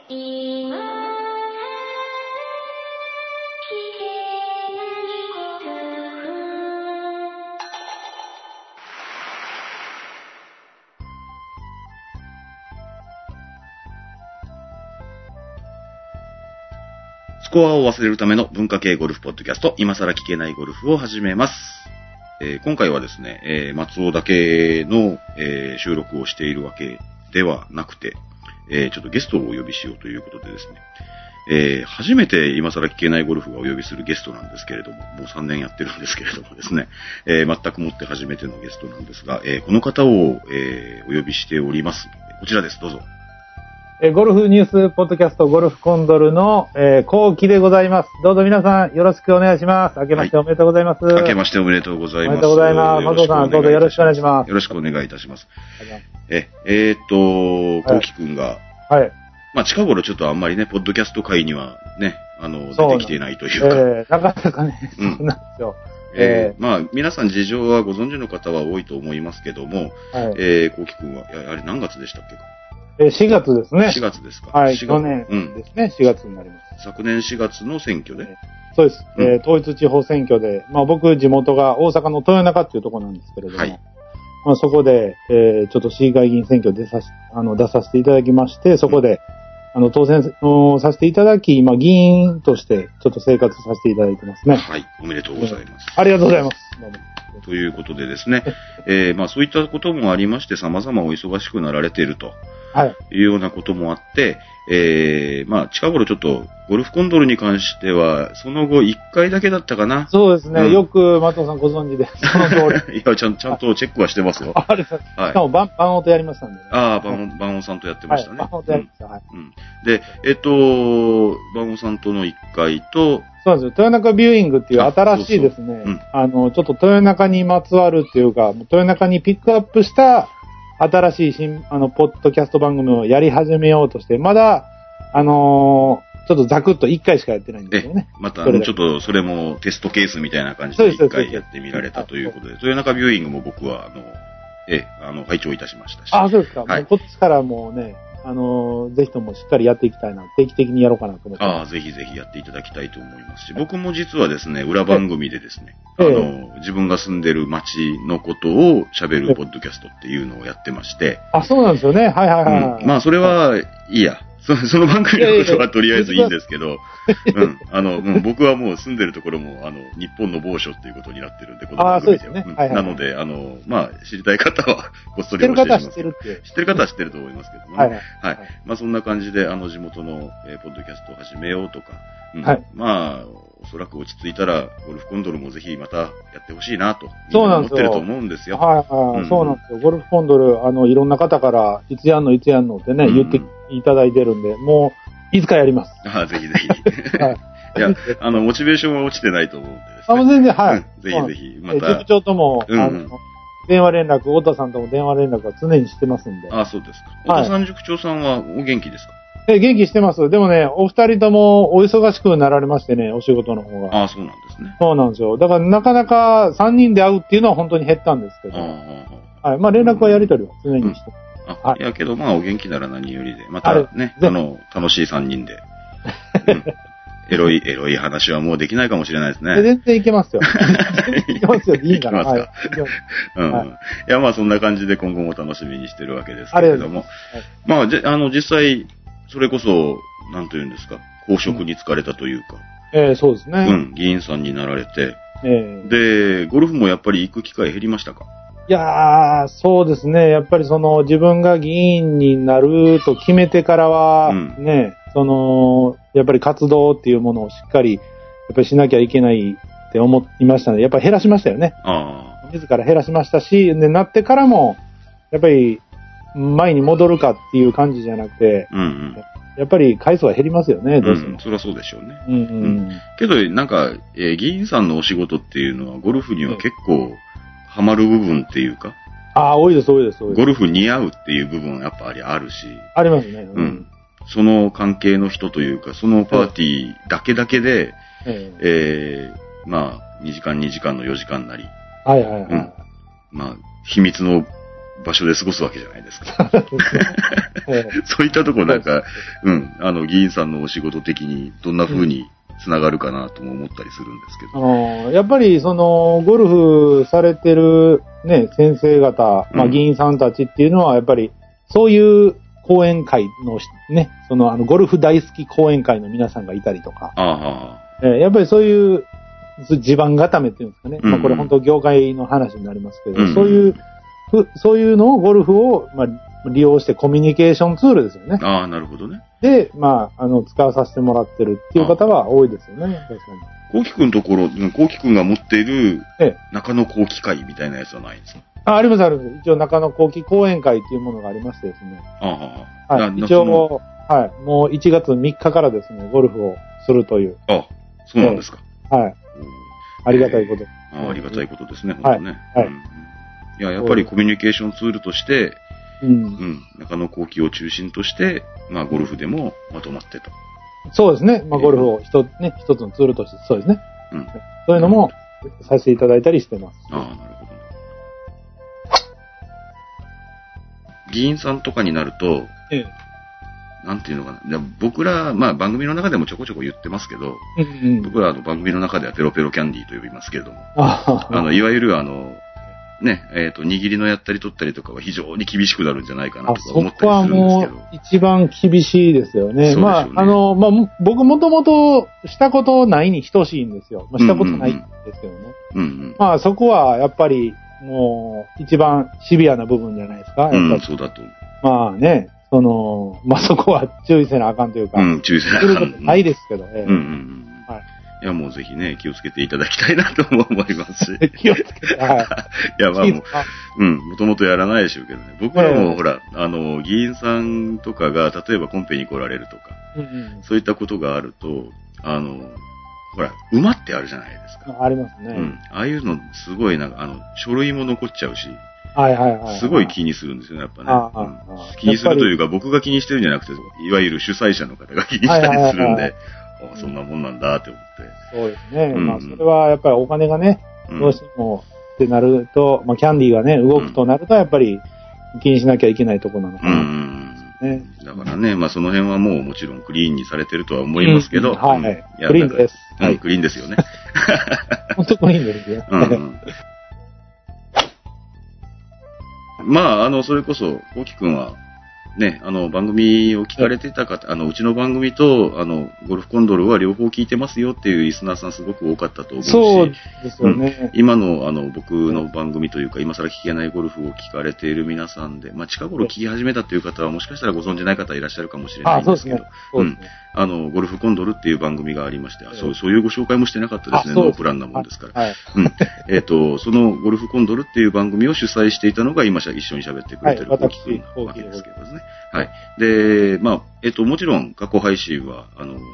スコアを忘れるための文化系ゴルフポッドキャスト、今更聞けないゴルフを始めます。今回はですね、松尾だけの、収録をしているわけではなくて、ちょっとゲストをお呼びしようということでですね、初めて今更聞けないゴルフがお呼びするゲストなんですけれども、もう3年やってるんですけれどもですね、全くもって初めてのゲストなんですが、この方を、お呼びしております。こちらです、どうぞ。 ゴルフニュースポッドキャストゴルフコンドルの、後期でございます。どうぞ皆さんよろしくお願いします。明けましておめでとうございます。 明けましておめでとうございます。 おめでとうございます。松尾さんどうぞよろしくお願いします。 よろしくお願いいたします。後期くんが、 はい。 まあ近頃ちょっとあんまりね、ポッドキャスト界にはね、出てきてないというか。なかなかね、そうなんですよ。 まあ皆さん事情はご存知の方は多いと思いますけども、後期くんは、あれ何月でしたっけか ？4月ですね。 4月ですか。 はい、去年ですね、4月になります。 昨年4月の選挙で。 そうです。統一地方選挙で、まあ僕地元が大阪の豊中っていうところなんですけれども、はい、まあそこで、ちょっと市議会議員選挙で出させていただきまして、そこで、当選させていただき、まあ議員としてちょっと生活させていただいてますね。 はい、おめでとうございます。 ありがとうございます。 ということでですね、まあそういったこともありまして様々お忙しくなられていると。はい。いうようなこともあって、まあ、近頃ちょっと、ゴルフコンドルに関しては、その後1回だけだったかな。 そうですね。よく、松尾さんご存知で、その通り。 いや、ちゃんとチェックはしてますよ。 あれです。はい。しかも、バンオとやりましたんで、ね。 ああ、バンオさんとやってましたね。 バンオとやりました。はい。 うん。で、バンオさんとの1回と、 そうなんですよ。豊中ビューイングっていう新しいですね。ちょっと豊中にまつわるっていうか、豊中にピックアップした、新しいポッドキャスト番組をやり始めようとして、まだ、ちょっとザクッと1回しかやってないんですよね。 また、ちょっとそれもテストケースみたいな感じで1回やってみられたということで、豊中ビューイングも僕は、拝聴いたしましたし。 あ、そうですか。はい。こっちからもね、ぜひともしっかりやっていきたいな、定期的にやろうかなと思って。 ああ、ぜひぜひやっていただきたいと思いますし、僕も実はですね、裏番組でですね、自分が住んでる町のことを喋るポッドキャストっていうのをやってまして。 あ、そうなんですよね。はいはいはい。 まあ、それはいいや。その番組のことはとりあえずいいんですけど、僕はもう住んでるところも、日本の某所っていうことになってるんで、この番組では。なので、まあ、知りたい方は、こっそり教えてます。知ってる方は知ってると思いますけどもね。はい。まあ、そんな感じで、地元の、ポッドキャストを始めようとか、まあ、おそらく落ち着いたら、ゴルフコンドルもぜひまたやってほしいなと、思ってると思うんですよ。 はいはい。そうなんですよ。ゴルフコンドル、いろんな方から、いつやんのってね、言っていただいてるんで、もう、いつかやります。 ぜひぜひ。はい。いや、モチベーションは落ちてないと思うんでですね。 全然、はい。 ぜひぜひ、また。 塾長とも、電話連絡、太田さんとも電話連絡は常にしてますんで。 あ、そうですか。太田さん塾長さんはお元気ですか？ 元気してます。でもね、お二人ともお忙しくなられましてね、お仕事の方が。 あ、そうなんですね。 そうなんですよ。だからなかなか3人で会うっていうのは本当に減ったんですけど。はい。まあ連絡はやり取りは常にして。 いやけど、まあお元気なら何よりで。またね、楽しい3人で。エロい話はもうできないかもしれないですね。 全然いけますよ。いけますよ。いいから。 いけますか。いや、まあそんな感じで今後も楽しみにしてるわけですけれども。まあ、実際、それこそ、なんというんですか、公職に就かれたというか。 そうですね。 議員さんになられて。で、ゴルフもやっぱり行く機会減りましたか？ いやー、そうですね。やっぱり自分が議員になると決めてからは、ね、やっぱり活動っていうものをしっかり、やっぱりしなきゃいけないって思いましたね。やっぱり減らしましたよね。自ら減らしましたし、で、なってからも、やっぱり、前に戻るかっていう感じじゃなくて、やっぱり回数は減りますよね、どうしても。 そりゃそうでしょうね。けど、なんか、議員さんのお仕事っていうのは、ゴルフには結構、ハマる部分っていうか。 多いです、多いです、多いです。 ゴルフ似合うっていう部分はやっぱりあるし。 ありますね。 その関係の人というか、そのパーティーだけで、まあ、2時間の4時間なり。まあ、秘密の場所で過ごすわけじゃないですか。そういったとこなんか、議員さんのお仕事的にどんな風につながるかなとも思ったりするんですけど。 やっぱり、ゴルフされてるね、先生方、議員さんたちっていうのは、やっぱり、そういう講演会のね、ゴルフ大好き講演会の皆さんがいたりとか、やっぱりそういう地盤固めっていうんですかね、これ本当業界の話になりますけど、そういうのをゴルフを、利用してコミュニケーションツールですよね。 なるほどね。 で、使わさせてもらってるっていう方は多いですよね、確かに。 コウキ君のところ、コウキ君が持っている中野コウキ会みたいなやつはないんですか？ ありますあります。一応中野コウキ講演会っていうものがありましてですね。一応もう1月3日からですね、ゴルフをするという。 そうなんですか。 ありがたいこと。 ありがたいことですね、本当ね。いや、やっぱりコミュニケーションツールとして、中野コウキを中心として、ゴルフでもまとまってと。 そうですね。ゴルフを一つのツールとして、そうですね。そういうのもさせていただいたりしてます。 なるほど。議員さんとかになると、なんていうのかな。僕ら、番組の中でもちょこちょこ言ってますけど、僕ら番組の中ではペロペロキャンディーと呼びますけれども、いわゆる握りのやったり取ったりとかは非常に厳しくなるんじゃないかなとか思ったりするんですけど。 そこはもう一番厳しいですよね。僕もともとしたことないに等しいんですよ。したことないんですけどね。そこはやっぱりもう一番シビアな部分じゃないですか。 そうだと。 そこは注意せなあかんというか。 注意せなあかん。 することないですけど。 いや、もうぜひね、気をつけていただきたいなとも思いますし。 気をつけて、いや、もともとやらないでしょうけどね。僕らもほら、議員さんとかが、例えばコンペに来られるとか、そういったことがあると、ほら、馬ってあるじゃないですか。 ありますね。 ああいうの、すごい書類も残っちゃうし、すごい気にするんですよね、やっぱね。気にするというか、僕が気にしてるんじゃなくて、いわゆる主催者の方が気にしたりするんで、そんなもんなんだって思って。 そうですね。それはやっぱりお金がね、どうしてもってなると、キャンディーがね、動くとなると、やっぱり気にしなきゃいけないところなのかな。 だからね、その辺はもうもちろんクリーンにされてるとは思いますけど、 クリーンです。 クリーンですよね。 本当クリーンですよ。 それこそ、コウキ君は、ね、番組を聞かれてた方、うちの番組と、ゴルフコンドルは両方聞いてますよっていうリスナーさんすごく多かったと思うし、 そうですよね。 今の、僕の番組というか、今更聞けないゴルフを聞かれている皆さんで、近頃聞き始めたという方は、もしかしたらご存じない方いらっしゃるかもしれないんですけど、ゴルフコンドルっていう番組がありまして、そういうご紹介もしてなかったですね、ノープランなもんですから。そのゴルフコンドルっていう番組を主催していたのが、今一緒に喋ってくれてるコウキ君なわけですけどですね。で、もちろん過去配信は、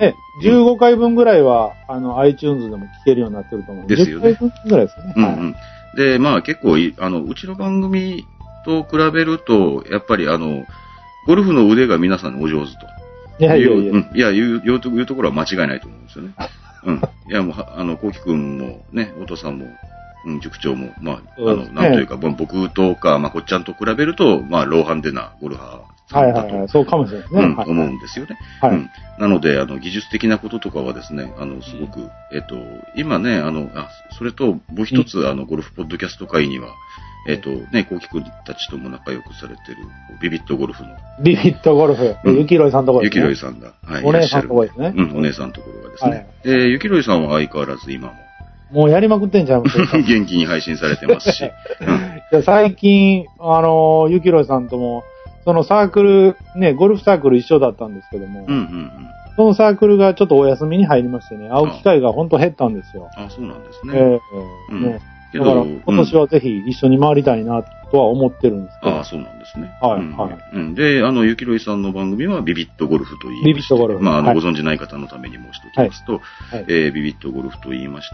15回分ぐらいは、iTunes でも聞けるようになってると思うんですよね。10回分ぐらいですね。 で、結構、うちの番組と比べると、やっぱりゴルフの腕が皆さんお上手と。言うところは間違いないと思うんですよね。いや、もう、コウキ君もね、お父さんも、塾長も、なんというか、僕とか、こっちゃんと比べると、ローハンデなゴルファーさんだと。 そうかもしれないですね。 思うんですよね。なので、技術的なこととかはですね、すごく、今ね、それと、もう一つ、ゴルフポッドキャスト会には、コウキ君たちとも仲良くされてる、ビビットゴルフの。 ビビットゴルフ。ゆきろいさんところですね。 ゆきろいさんが。 お姉さんところですね。 お姉さんところがですね。ゆきろいさんは相変わらず今も。 もうやりまくってんちゃいますか？ 元気に配信されてますし。 最近、ゆきろいさんとも、そのサークル、ね、ゴルフサークル一緒だったんですけども、そのサークルがちょっとお休みに入りましてね、会う機会が本当減ったんですよ。 そうなんですね。 だから、今年はぜひ一緒に回りたいなとは思ってるんですけど。 そうなんですね。で、ゆきろいさんの番組はビビットゴルフと言いまして、 ビビットゴルフ。 ご存知ない方のために申しておきますと、ビビットゴルフと言いまして、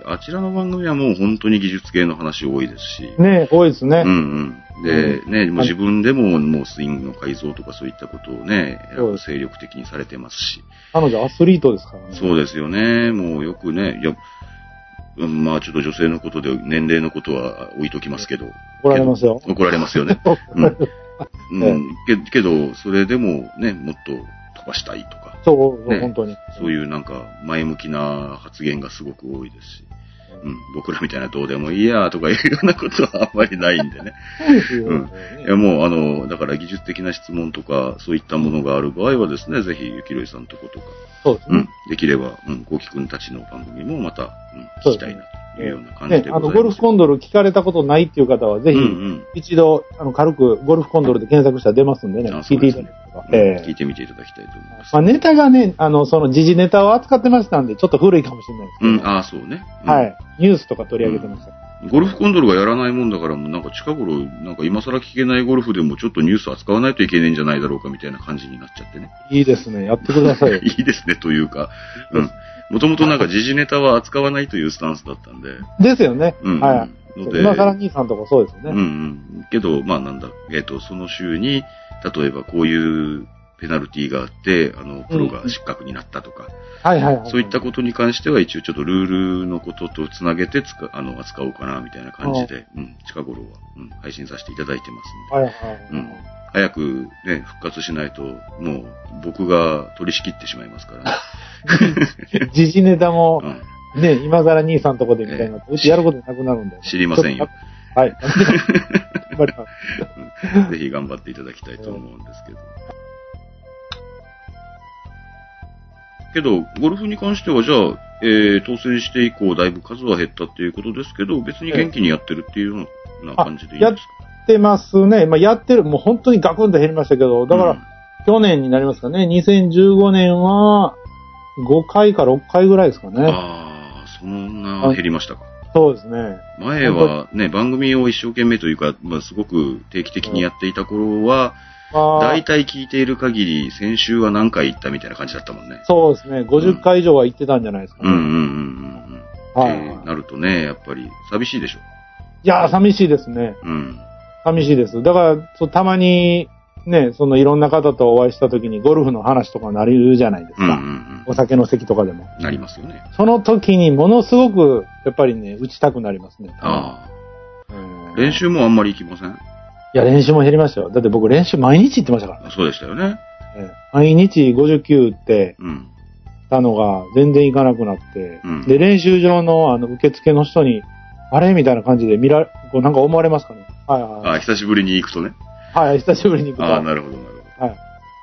あちらの番組はもう本当に技術系の話多いですし。 ね、多いですね。 で、ね、もう自分でももうスイングの改造とかそういったことをね、精力的にされてますし。 彼女アスリートですからね。 そうですよね。もうよくね、 まあちょっと女性のことで年齢のことは置いときますけど。 怒られますよ。 怒られますよね。けど、それでもね、もっと飛ばしたいとか。 そう、ね、本当に。 そういうなんか前向きな発言がすごく多いですし。僕らみたいなどうでもいいやとかいうようなことはあんまりないんでね。いやもうだから技術的な質問とかそういったものがある場合はですね、ぜひゆきろいさんとことか、 そうですね。 できればゴキくんたちの番組もまた、聞きたいなというような感じでございます。 ゴルフコンドル聞かれたことないっていう方はぜひ一度軽くゴルフコンドルで検索したら出ますんでね、聞いていただければ。 聞いてみていただきたいと思います。 まあネタがね、その時事ネタを扱ってましたんで、ちょっと古いかもしれないですけど。 そうね。 はい。ニュースとか取り上げてました。 ゴルフコンドルがやらないもんだから、なんか近頃、なんか今更聞けないゴルフでもちょっとニュース扱わないといけないんじゃないだろうかみたいな感じになっちゃってね。 いいですね。やってくださいよ。 いいですね、というか。もともとなんか時事ネタは扱わないというスタンスだったんで。 ですよね。はい。 ので今更兄さんとかそうですよね。 けど、まあなんだ、その週に、例えばこういうペナルティがあって、プロが失格になったとか。そういったことに関しては一応ちょっとルールのこととつなげて扱おうかなみたいな感じで、近頃は、配信させていただいてますので。早くね、復活しないと、もう僕が取り仕切ってしまいますからね。 時事ネタも、ね、今更兄さんとこでみたいな、うちやることなくなるんで。 知りませんよ。 はい。 ぜひ頑張っていただきたいと思うんですけど。けど、ゴルフに関しては、じゃあ、当選して以降、だいぶ数は減ったっていうことですけど、別に元気にやってるっていうような感じでいいですか？ やってますね。まあ、やってる、もう本当にガクンと減りましたけど、だから、去年になりますかね、2015年は、5回か6回ぐらいですかね。 そんな減りましたか。 そうですね。 前はね、番組を一生懸命というか、すごく定期的にやっていた頃は、大体聞いている限り、先週は何回行ったみたいな感じだったもんね。 そうですね。50回以上は行ってたんじゃないですかね。 なるとね、やっぱり寂しいでしょ。 いやー、寂しいですね。寂しいです。だから、たまに、ね、いろんな方とお会いした時にゴルフの話とかなるじゃないですか。お酒の席とかでも。 なりますよね。 その時にものすごく、やっぱりね、打ちたくなりますね。 練習もあんまり行きません？ いや、練習も減りましたよ。だって僕練習毎日行ってましたからね。 そうでしたよね。 毎日59ってたのが全然行かなくなって、で、練習場の受付の人に、あれみたいな感じでなんか思われますかね。 久しぶりに行くとね。 久しぶりに行くと。 なるほど、なるほど。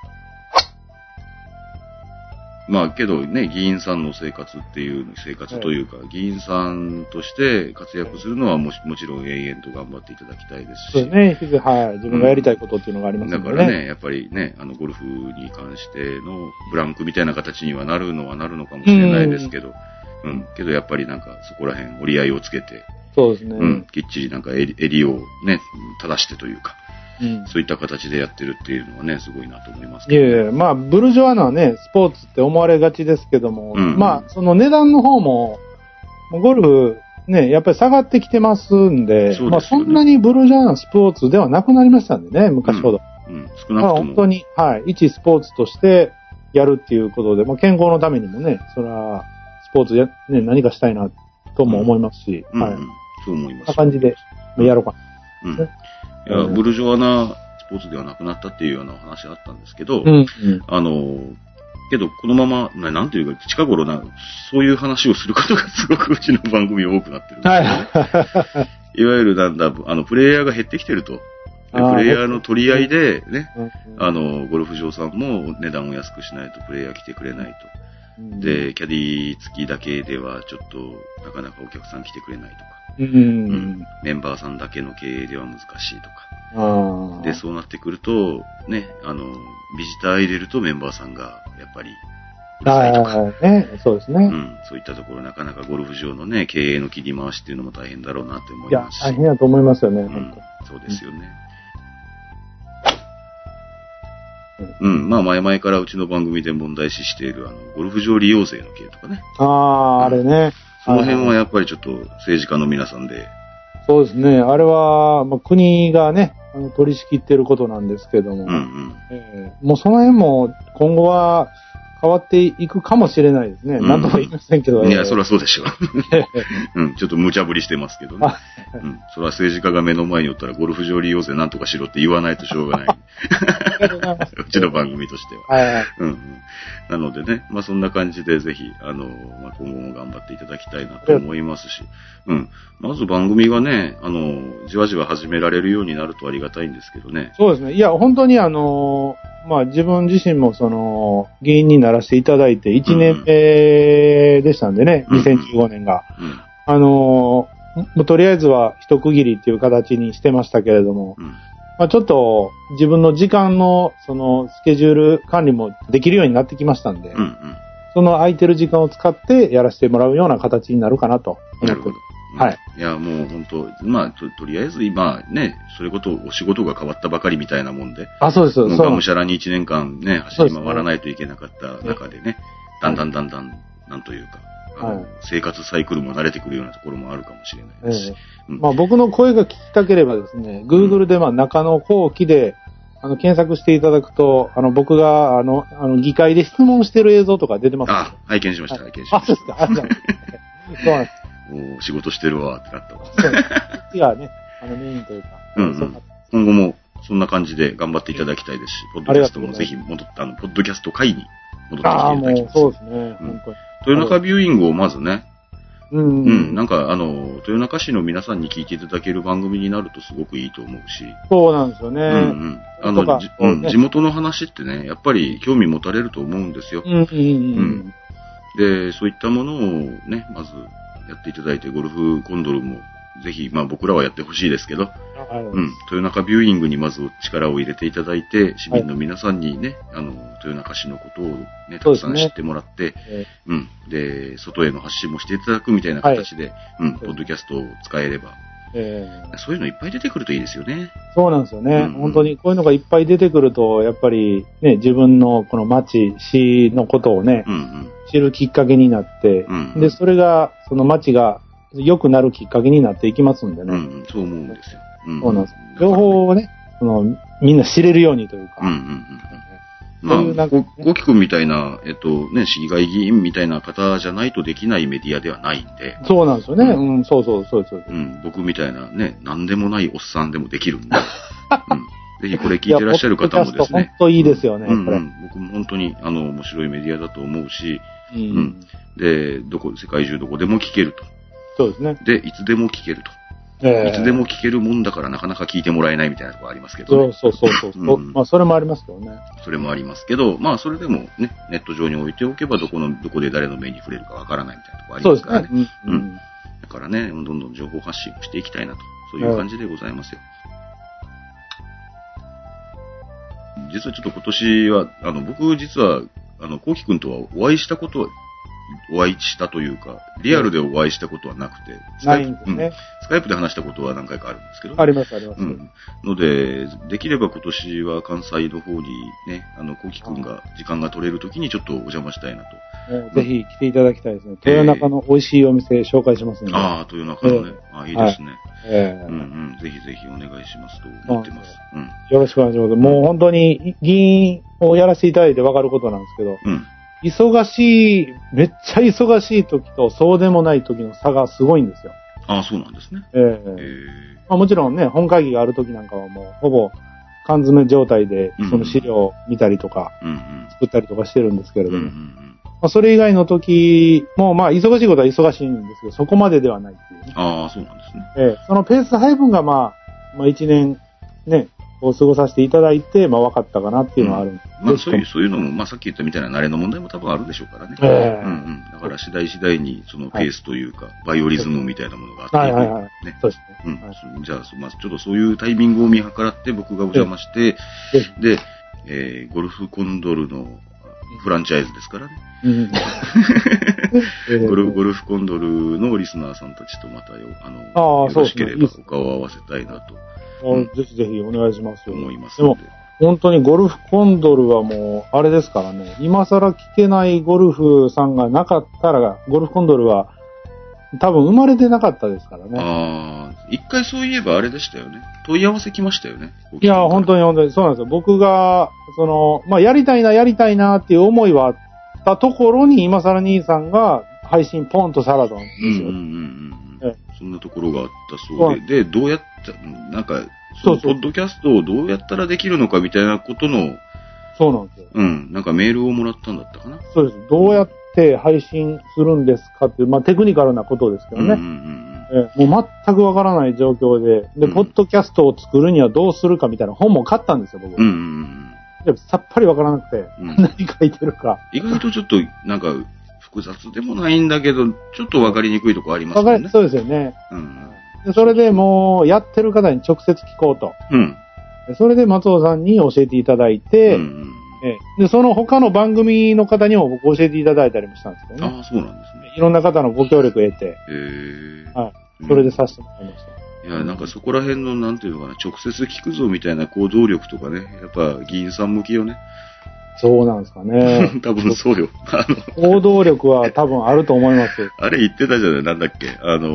まあけどね、議員さんの生活というか、議員さんとして活躍するのはもちろん永遠と頑張っていただきたいですし。 そうね、自分がやりたいことっていうのがありますのでね。 だからね、やっぱりね、ゴルフに関してのブランクみたいな形にはなるのかもしれないですけど、けどやっぱりなんかそこら辺折り合いをつけて、 そうですね。 きっちりなんか襟をね、正してというか、そういった形でやってるっていうのはね、すごいなと思いますけど、ね。 まあ、ブルジョアなね、スポーツって思われがちですけども、まあ、その値段の方も、ゴルフ、ね、やっぱり下がってきてますんで、まあ、そんなにブルジョアなスポーツではなくなりましたんでね、昔ほど。 少なくとも。 本当に、一スポーツとしてやるっていうことで、まあ、健康のためにもね、それは、スポーツ何かしたいな、とも思いますし、 そう思います。 そんな感じで、やろうかな。 いや、ブルジョアなスポーツではなくなったっていうような話があったんですけど、けど、このまま、なんていうか、近頃そういう話をすることがすごくうちの番組多くなってるんですよね。いわゆるプレイヤーが減ってきてると。プレイヤーの取り合いで、ね、ゴルフ場さんも値段を安くしないとプレイヤー来てくれないと。で、キャディ付きだけではちょっと、なかなかお客さん来てくれないとか。メンバーさんだけの経営では難しいとか。で、そうなってくると、ね、ビジター入れるとメンバーさんが、やっぱり、うるさいとか。 そうですね。 そういったところ、なかなかゴルフ場のね、経営の切り回しっていうのも大変だろうなって思いますし。 大変だと思いますよね、 そうですよね。まあ前々からうちの番組で問題視している、ゴルフ場利用税の件とかね。 あれね。 その辺はやっぱりちょっと政治家の皆さんで。 そうですね。あれは、国がね、取り仕切ってることなんですけども。もうその辺も今後は変わっていくかもしれないですね。なんとも言いませんけど。 いや、そりゃそうでしょう。うん、ちょっと無茶ぶりしてますけどね。うん、それは政治家が目の前におったらゴルフ場利用税なんとかしろって言わないとしょうがない。うちの番組としては。 はいはい。 うん、なのでね、まあそんな感じでぜひ、まあ今後も頑張っていただきたいなと思いますし、うん。まず番組がね、じわじわ始められるようになるとありがたいんですけどね。 そうですね。いや、本当にまあ自分自身も議員にならせていただいて1年目でしたんでね、2015年が。もうとりあえずは一区切りっていう形にしてましたけれども、まあちょっと自分の時間のスケジュール管理もできるようになってきましたんで、その空いてる時間を使ってやらせてもらうような形になるかなと思ってます。はい。 いや、もう本当、まあ、とりあえず今ね、それこそお仕事が変わったばかりみたいなもんで。 あ、そうです。 がむしゃらに1年間ね、走り回らないといけなかった中でね、だんだん、なんというか、生活サイクルも慣れてくるようなところもあるかもしれないですし。 まあ僕の声が聞きたければですね、Google で中野後期で、検索していただくと、僕が、議会で質問してる映像とか出てます。 あ、拝見しました、拝見しました。 あ、そうですか。そうなんです。 もう仕事してるわってなったわ。 そうです。次はね、メインというか。 今後もそんな感じで頑張っていただきたいですし、ポッドキャストもぜひポッドキャスト会に戻ってきていただきます。 そうですね。本当に。 豊中ビューイングをまずね、なんか豊中市の皆さんに聞いていただける番組になるとすごくいいと思うし。 そうなんですよね。 地元の話ってね、やっぱり興味持たれると思うんですよ。で、そういったものをね、まずやっていただいて、ゴルフコンドルもぜひ、まあ僕らはやってほしいですけど、豊中ビューイングにまず力を入れていただいて、市民の皆さんにね、豊中市のことをね、たくさん知ってもらって、で、外への発信もしていただくみたいな形で、ポッドキャストを使えれば、そういうのいっぱい出てくるといいですよね。 そうなんですよね。本当にこういうのがいっぱい出てくると、やっぱりね、自分のこの町、市のことをね、知るきっかけになって、で、それが、その町が良くなるきっかけになっていきますんでね。 そう思うんですよ。 そうなんです。情報をね、みんな知れるようにというか。 まあ、ゴキ君みたいな、市議会議員みたいな方じゃないとできないメディアではないんで。 そうなんですよね。そうです。 僕みたいなね、なんでもないおっさんでもできるんで。ぜひこれ聞いてらっしゃる方もですね。 本当いいですよね。 僕も本当に、面白いメディアだと思うし、で、世界中どこでも聞けると。 そうですね。 で、いつでも聞けると。いつでも聞けるもんだからなかなか聞いてもらえないみたいなところありますけどね。 そう。まあ、それもありますけどね。 それもありますけど、まあ、それでもね、ネット上に置いておけば、どこで誰の目に触れるかわからないみたいなところありますからね。そうですね。だからね、どんどん情報発信をしていきたいなと、そういう感じでございますよ。実はちょっと今年は、僕実は、コウキ君とはお会いしたというか、リアルでお会いしたことはなくて、スカイプで話したことは何回かあるんですけど。 あります。 ので、できれば今年は関西の方にね、コウキ君が時間が取れるときにちょっとお邪魔したいなと。 ぜひ来ていただきたいですね。豊中の美味しいお店紹介しますので。 豊中のね。いいですね。ぜひぜひお願いしますと思ってます。 よろしくお願いします。もう本当に議員をやらせていただいて分かることなんですけど、めっちゃ忙しい時とそうでもない時の差がすごいんですよ。 そうなんですね。 もちろんね、本会議がある時なんかはもうほぼ缶詰状態でその資料を見たりとか、作ったりとかしてるんですけれども、それ以外の時も、忙しいことは忙しいんですけど、そこまでではないっていうね。 そうなんですね。 そのペース配分が1年ね、を過ごさせていただいて、分かったかなっていうのはあるんで。 そういうのも、さっき言ったみたいな慣れの問題も多分あるでしょうからね。だから次第にそのペースというか、バイオリズムみたいなものがあってそうですね。 じゃあ、ちょっとそういうタイミングを見計らって僕がお邪魔して、で、ゴルフコンドルのフランチャイズですからね。ゴルフコンドルのリスナーさんたちとまたよろしければお顔を合わせたいなと。 ぜひぜひお願いしますよ。 思いますので。 でも、本当にゴルフコンドルはもう、あれですからね、今更聞けないゴルフさんがなかったら、ゴルフコンドルは多分生まれてなかったですからね。 一回そういえばあれでしたよね。問い合わせ来ましたよね。 いや、本当にそうなんですよ。僕が、やりたいなっていう思いはたところに今更兄さんが配信ポンとされたんですよ。 そんなところがあったそうで、で、どうやった、なんか、ポッドキャストをどうやったらできるのかみたいなことの、 そうなんですよ。 なんかメールをもらったんだったかな。 そうです。どうやって配信するんですかっていう、まあテクニカルなことですけどね。もう全くわからない状況で、ポッドキャストを作るにはどうするかみたいな本も買ったんですよ、僕。さっぱりわからなくて、何書いてるか。 意外とちょっと、なんか、複雑でもないんだけど、ちょっとわかりにくいとこありますよね。 そうですよね。でそれでもう、やってる方に直接聞こうと。それで松尾さんに教えていただいて、で、その他の番組の方にも僕教えていただいたりもしたんですけどね。 ああ、そうなんですね。 いろんな方のご協力を得て。はい。それでさせてもらいました。 いや、なんかそこら辺の、なんていうのかな、直接聞くぞみたいな行動力とかね、やっぱ議員さん向きよね。 そうなんですかね。 多分そうよ。 行動力は多分あると思います。 あれ言ってたじゃない、なんだっけ。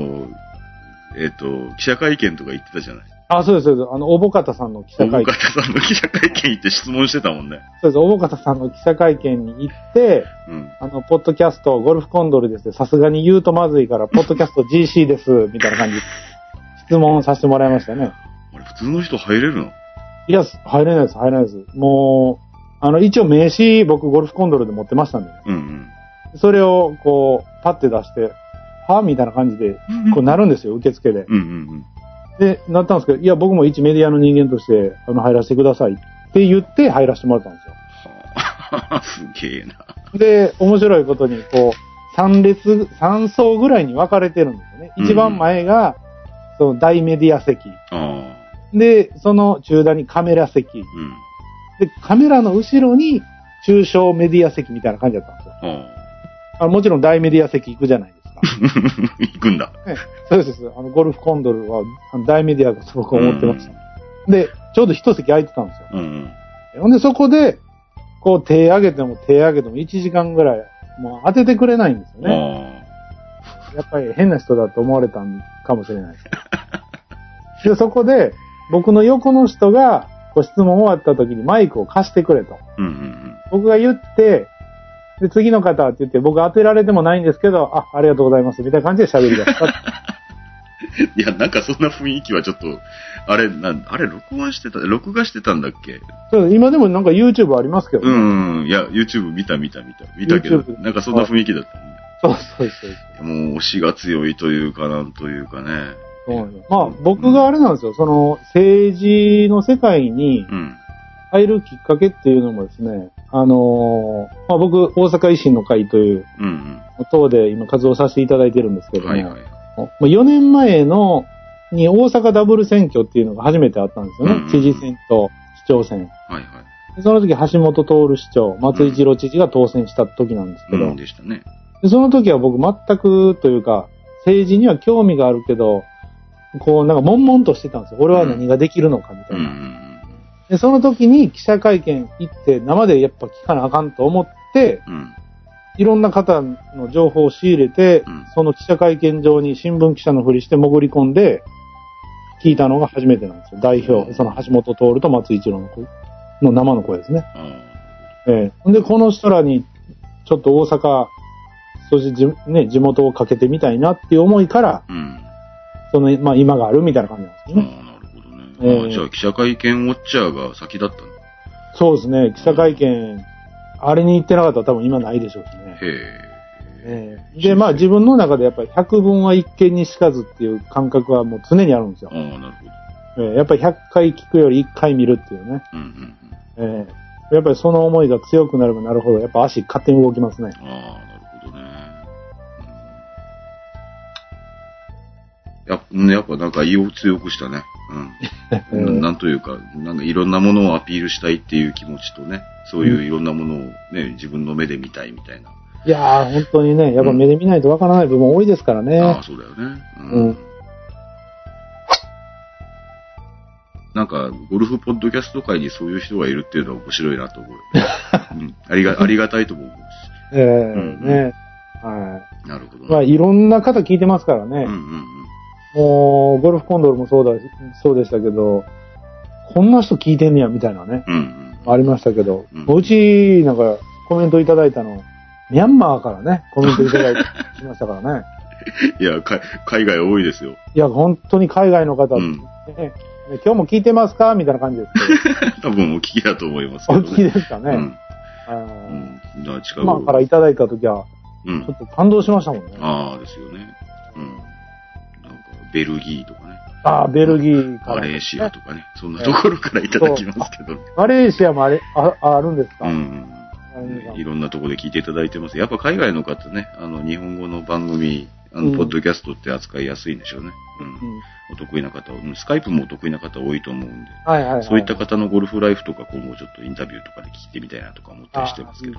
記者会見とか言ってたじゃない。 あ、そうです、そうです。おぼかたさんの記者会見。 おぼかたさんの記者会見行って質問してたもんね。 そうです、おぼかたさんの記者会見に行って、ポッドキャスト、ゴルフコンドルですね、さすがに言うとまずいから、ポッドキャスト GC です、みたいな感じで質問させてもらいましたね。 あれ、普通の人入れるの？ いや、入れないです、入れないです。もう、一応名刺、僕ゴルフコンドルで持ってましたんでね。それを、こう、パッて出して、はみたいな感じで、こうなるんですよ、受付で。で、なったんですけど、いや、僕も一メディアの人間として、入らせてくださいって言って入らせてもらったんですよ。 はぁ、すげえな。 で、面白いことに、こう、3層ぐらいに分かれてるんですよね。一番前が、その大メディア席。で、その中段にカメラ席。で、カメラの後ろに中小メディア席みたいな感じだったんですよ。もちろん大メディア席行くじゃないですか。 行くんだ。 そうです。ゴルフコンドルは大メディアだと僕は思ってました。で、ちょうど一席空いてたんですよ。ほんで、そこで、こう手上げても1時間ぐらい、もう当ててくれないんですよね。やっぱり変な人だと思われたんかもしれないです。で、そこで、僕の横の人が、こう質問終わった時にマイクを貸してくれと。僕が言って、で、次の方って言って、僕当てられてもないんですけど、ありがとうございます、みたいな感じで喋り出した。 いや、なんかそんな雰囲気はちょっと、あれ、録画してたんだっけ？ そう、今でもなんか YouTube ありますけどね。いや、YouTube 見たけど、なんかそんな雰囲気だったんだ。そうです。 もう推しが強いというか、なんというかね。 まあ、僕があれなんですよ、その、政治の世界に、入るきっかけっていうのもですね、まあ、僕、大阪維新の会という、党で今活動させていただいてるんですけども、4年前に大阪ダブル選挙っていうのが初めてあったんですよね。知事選と市長選。その時、橋本徹市長、松井一郎知事が当選した時なんですけど、でその時は僕全くというか、政治には興味があるけど、こう、なんか悶々としてたんですよ。俺は何ができるのかみたいな。で、その時に記者会見行って生でやっぱ聞かなあかんと思って、いろんな方の情報を仕入れて、その記者会見場に新聞記者のふりして潜り込んで、聞いたのが初めてなんですよ。代表、その橋本徹と松井一郎の生の声ですね。で、この人らに、ちょっと大阪、そして地元をかけてみたいなっていう思いから、まあ今があるみたいな感じなんですよね。 じゃあ記者会見ウォッチャーが先だったの？ そうですね。記者会見、あれに行ってなかったら多分今ないでしょうしね。で、まあ自分の中でやっぱり100分は一見にしかずっていう感覚はもう常にあるんですよ。やっぱり100回聞くより1回見るっていうね。やっぱりその思いが強くなればなるほど、やっぱ足勝手に動きますね。 なるほどね。やっぱなんか意を強くしたね。なんというか、なんかいろんなものをアピールしたいっていう気持ちとね、そういういろんなものをね、自分の目で見たいみたいな。 いやー、本当にね、やっぱ目で見ないとわからない部分多いですからね。 そうだよね。なんか、ゴルフポッドキャスト界にそういう人がいるっていうのは面白いなと思う。ありがたいと思うし。 ね。 なるほど。 まあ、いろんな方聞いてますからね。もう、ゴルフコンドルもそうでしたけど、こんな人聞いてんねや、みたいなね。ありましたけど、うち、なんか、コメントいただいたの、 ミャンマーからね、コメントいただいてきましたからね。 いや、海外多いですよ。 いや、本当に海外の方、ね、今日も聞いてますかみたいな感じですけど。多分お聞きだと思いますけど、ね。 お聞きですかね。今からいただいたときは、ちょっと感動しましたもんね。 ああ、ですよね。なんか、ベルギーとかね。 ああ、ベルギーから、 マレーシアとかね。そんなところからいただきますけど。 マレーシアもあるんですか？ いろんなところで聞いていただいてます。やっぱ海外の方ね、日本語の番組、ポッドキャストって扱いやすいんでしょうね。お得意な方、スカイプもお得意な方多いと思うんで、そういった方のゴルフライフとか今後ちょっとインタビューとかで聞いてみたいなとか思ったりしてますけど。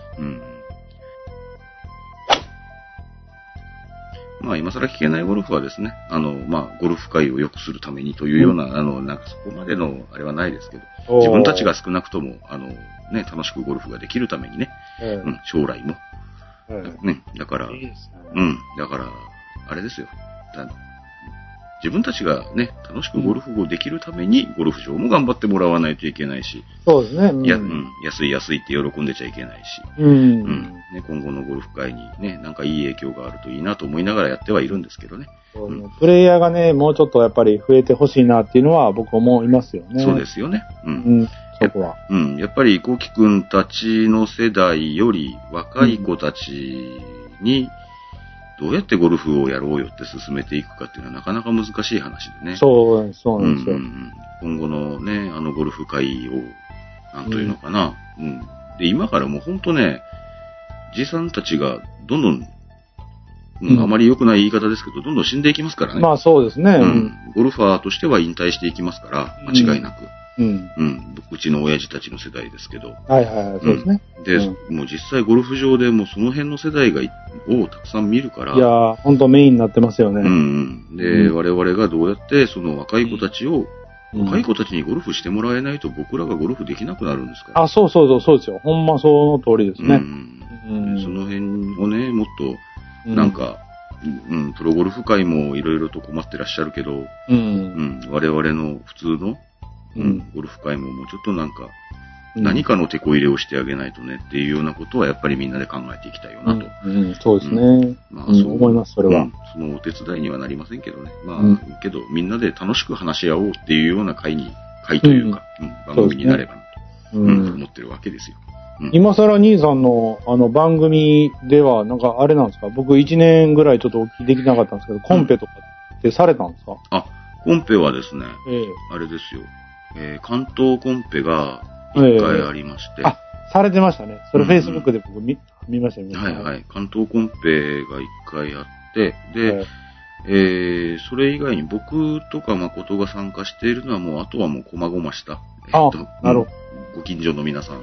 まあ、今更聞けないゴルフはですね、ゴルフ界を良くするためにというような、なんかそこまでのあれはないですけど、自分たちが少なくとも、楽しくゴルフができるためにね、将来も、ね、だから、だから、あれですよ。自分たちがね、楽しくゴルフをできるために、ゴルフ場も頑張ってもらわないといけないし、 そうですね。 安いって喜んでちゃいけないし、ね、今後のゴルフ界にね、なんかいい影響があるといいなと思いながらやってはいるんですけどね。 プレイヤーがね、もうちょっとやっぱり増えてほしいなっていうのは僕思いますよね。 そうですよね。 そこは。 やっぱり、コウキ君たちの世代より若い子たちに、どうやってゴルフをやろうよって進めていくかっていうのはなかなか難しい話でね。 そうなんですよ。 今後のね、ゴルフ界を、なんというのかな。で、今からもうほんとね、じいさんたちがどんどん、あまり良くない言い方ですけど、どんどん死んでいきますからね。 まあそうですね。 ゴルファーとしては引退していきますから、間違いなく。うちの親父たちの世代ですけど。 そうですね。 で、もう実際ゴルフ場でもうその辺の世代をたくさん見るから。 いやー、ほんとメインになってますよね。 で、我々がどうやってその若い子たちを、若い子たちにゴルフしてもらえないと僕らがゴルフできなくなるんですから。 そうですよ。ほんまその通りですね。 その辺をね、もっと、なんか、プロゴルフ界もいろいろと困ってらっしゃるけど、我々の普通の、ゴルフ界ももうちょっとなんか、何かの手こ入れをしてあげないとねっていうようなことはやっぱりみんなで考えていきたいよなと。 そうですね。そう思います、それは。 そのお手伝いにはなりませんけどね。けどみんなで楽しく話し合おうっていうような会というか、番組になればなと、思ってるわけですよ。 今更兄さんの番組ではなんかあれなんですか？僕1年ぐらいちょっとお聞きできなかったんですけど、コンペとかってされたんですか？ コンペはですね、あれですよ。関東コンペが1回ありまして。 されてましたね。それ Facebook で僕見ましたよね。 関東コンペが1回あって、で、それ以外に僕とか誠が参加しているのはもう、あとはもう細々した。 なるほど。 ご近所の皆さん。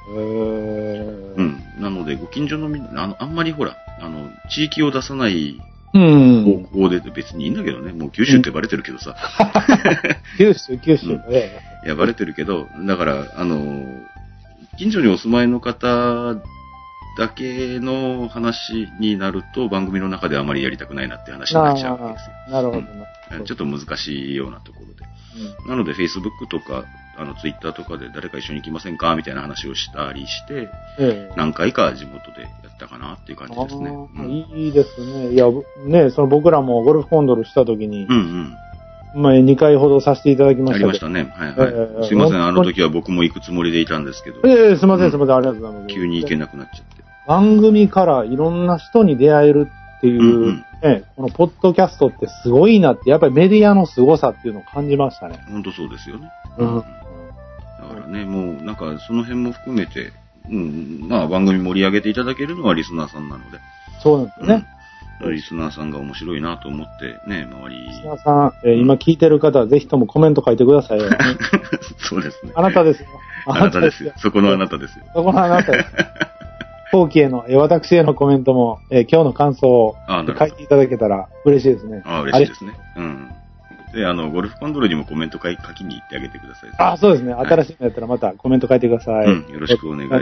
なので、ご近所のあんまりほら、地域を出さない方向で別にいいんだけどね。もう九州ってバレてるけどさ。 九州。 いや、バレてるけど、だから、近所にお住まいの方だけの話になると、番組の中であまりやりたくないなって話になっちゃうわけですよ。 なるほど。 ちょっと難しいようなところで。なので、Facebook とか、Twitter とかで誰か一緒に行きませんかみたいな話をしたりして、何回か地元でやったかなっていう感じですね。 いいですね。いや、ね、僕らもゴルフコンドルした時に、前2回ほどさせていただきましたけど。 ありましたね。すいません、あの時は僕も行くつもりでいたんですけど。 すいません、ありがとうございます。 急に行けなくなっちゃって。 番組からいろんな人に出会えるっていう、このポッドキャストってすごいなって、やっぱりメディアの凄さっていうのを感じましたね。 本当そうですよね。だからね、もうなんかその辺も含めて、番組盛り上げていただけるのはリスナーさんなので。 そうなんですね。 リスナーさんが面白いなと思ってね、周り。 リスナーさん、今聞いてる方はぜひともコメント書いてくださいよ。 そうですね。 あなたですよ。 あなたですよ。そこのあなたですよ。 そこのあなたです。後期への、私へのコメントも、今日の感想を書いていただけたら嬉しいですね。 嬉しいですね。で、ゴルフコンドルにもコメント書きに行ってあげてください。 そうですね。新しいのやったらまたコメント書いてください。 よろしくお願いします。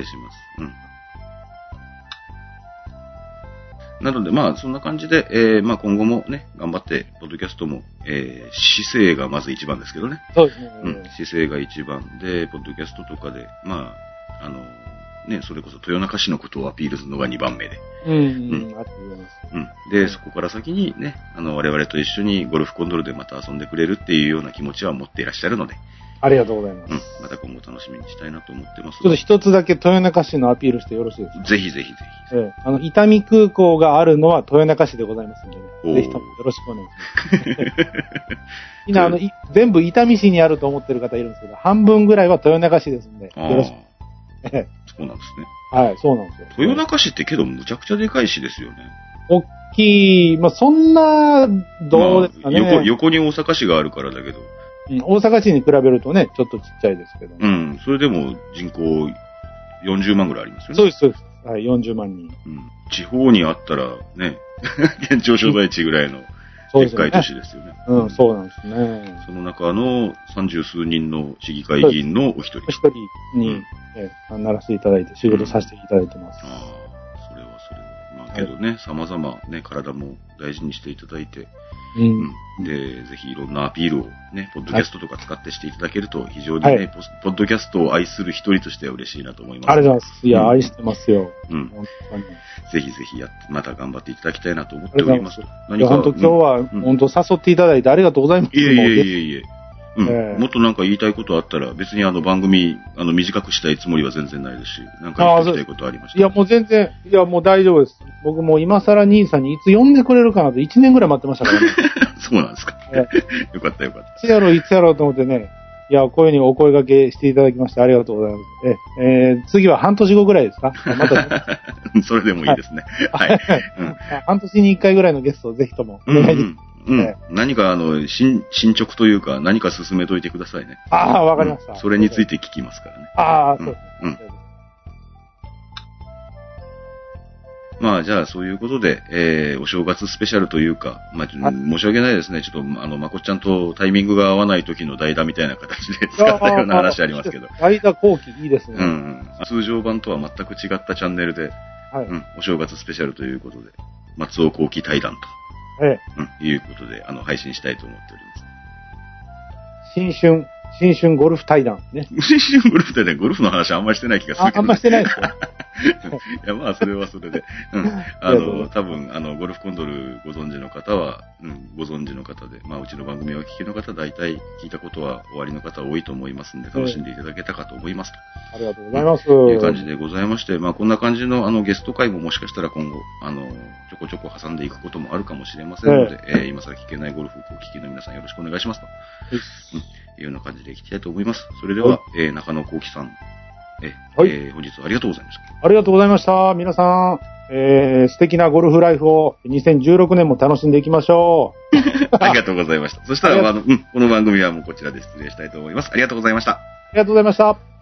なので、そんな感じで、今後もね、頑張って、ポッドキャストも、姿勢がまず一番ですけどね。 そうですね。 姿勢が一番で、ポッドキャストとかで、 ね、それこそ豊中市のことをアピールするのが2番目で。 ありがとうございます。 で、そこから先にね、我々と一緒にゴルフコンドルでまた遊んでくれるっていうような気持ちは持っていらっしゃるので。 ありがとうございます。 また今後楽しみにしたいなと思ってます。 ちょっと一つだけ豊中市のアピールしてよろしいですか？ ぜひぜひぜひ。伊丹空港があるのは豊中市でございますんでね。ぜひともよろしくお願いします。みんな、全部伊丹市にあると思ってる方いるんですけど、半分ぐらいは豊中市ですんで、よろしく。 そうなんですね。 はい、そうなんですよ。 豊中市ってけどむちゃくちゃでかい市ですよね。 大きい、そんな、どうですかね。 横に大阪市があるからだけど。 大阪市に比べるとね、ちょっとちっちゃいですけど。 それでも人口40万ぐらいありますよね。 そうです、そうです。はい、40万人。 地方にあったらね、県庁所在地ぐらいのでっかい都市ですよね。 そうなんですね。 その中の30数人の市議会議員のお一人。 お一人に、ならせていただいて仕事させていただいてます。 それはそれは。けどね、様々ね、体も大事にしていただいて、で、ぜひいろんなアピールをね、ポッドキャストとか使ってしていただけると、非常にね、ポッドキャストを愛する一人としては嬉しいなと思います。 ありがとうございます。いや、愛してますよ。 ぜひぜひまた頑張っていただきたいなと思っております。 本当今日は、本当誘っていただいてありがとうございます。 いえ。もっとなんか言いたいことあったら、別に番組、短くしたいつもりは全然ないですし、なんか言いたいことありました。 いや、もう全然、もう大丈夫です。僕も今更兄さんにいつ呼んでくれるかなと1年ぐらい待ってましたからね。 そうなんですか。よかったよかった。 いつやろうと思ってね。いや、こういうふうにお声掛けしていただきましてありがとうございます。次は半年後ぐらいですか？また。 それでもいいですね。はい。 半年に1回ぐらいのゲストをぜひともお願いします。 何か進捗というか何か進めといてくださいね。 わかりました。 それについて聞きますからね。 そうですね。 じゃあそういうことで、お正月スペシャルというか、申し訳ないですね。ちょっとまこっちゃんとタイミングが合わない時の代打みたいな形で使ったような話ありますけど。 代打後期いいですね。 通常版とは全く違ったチャンネルで、お正月スペシャルということで、松尾後期対談と。いうことで、配信したいと思っております。 新春ゴルフ対談ね。 新春ゴルフ対談、ゴルフの話あんまりしてない気がするけど。 あんましてないですか？ いや、それはそれで。多分、ゴルフコンドルご存知の方は、ご存知の方で、うちの番組をお聞きの方、大体聞いたことは終わりの方多いと思いますので、楽しんでいただけたかと思いますと。 ありがとうございます。 という感じでございまして、こんな感じのゲスト会ももしかしたら今後、ちょこちょこ挟んでいくこともあるかもしれませんので、今更聞けないゴルフをお聞きの皆さんよろしくお願いしますと。いうような感じでいきたいと思います。それでは、中野幸喜さん、本日はありがとうございました。 ありがとうございました。皆さん、素敵なゴルフライフを2016年も楽しんでいきましょう。ありがとうございました。そしたら、この番組はもうこちらで失礼したいと思います。ありがとうございました。ありがとうございました。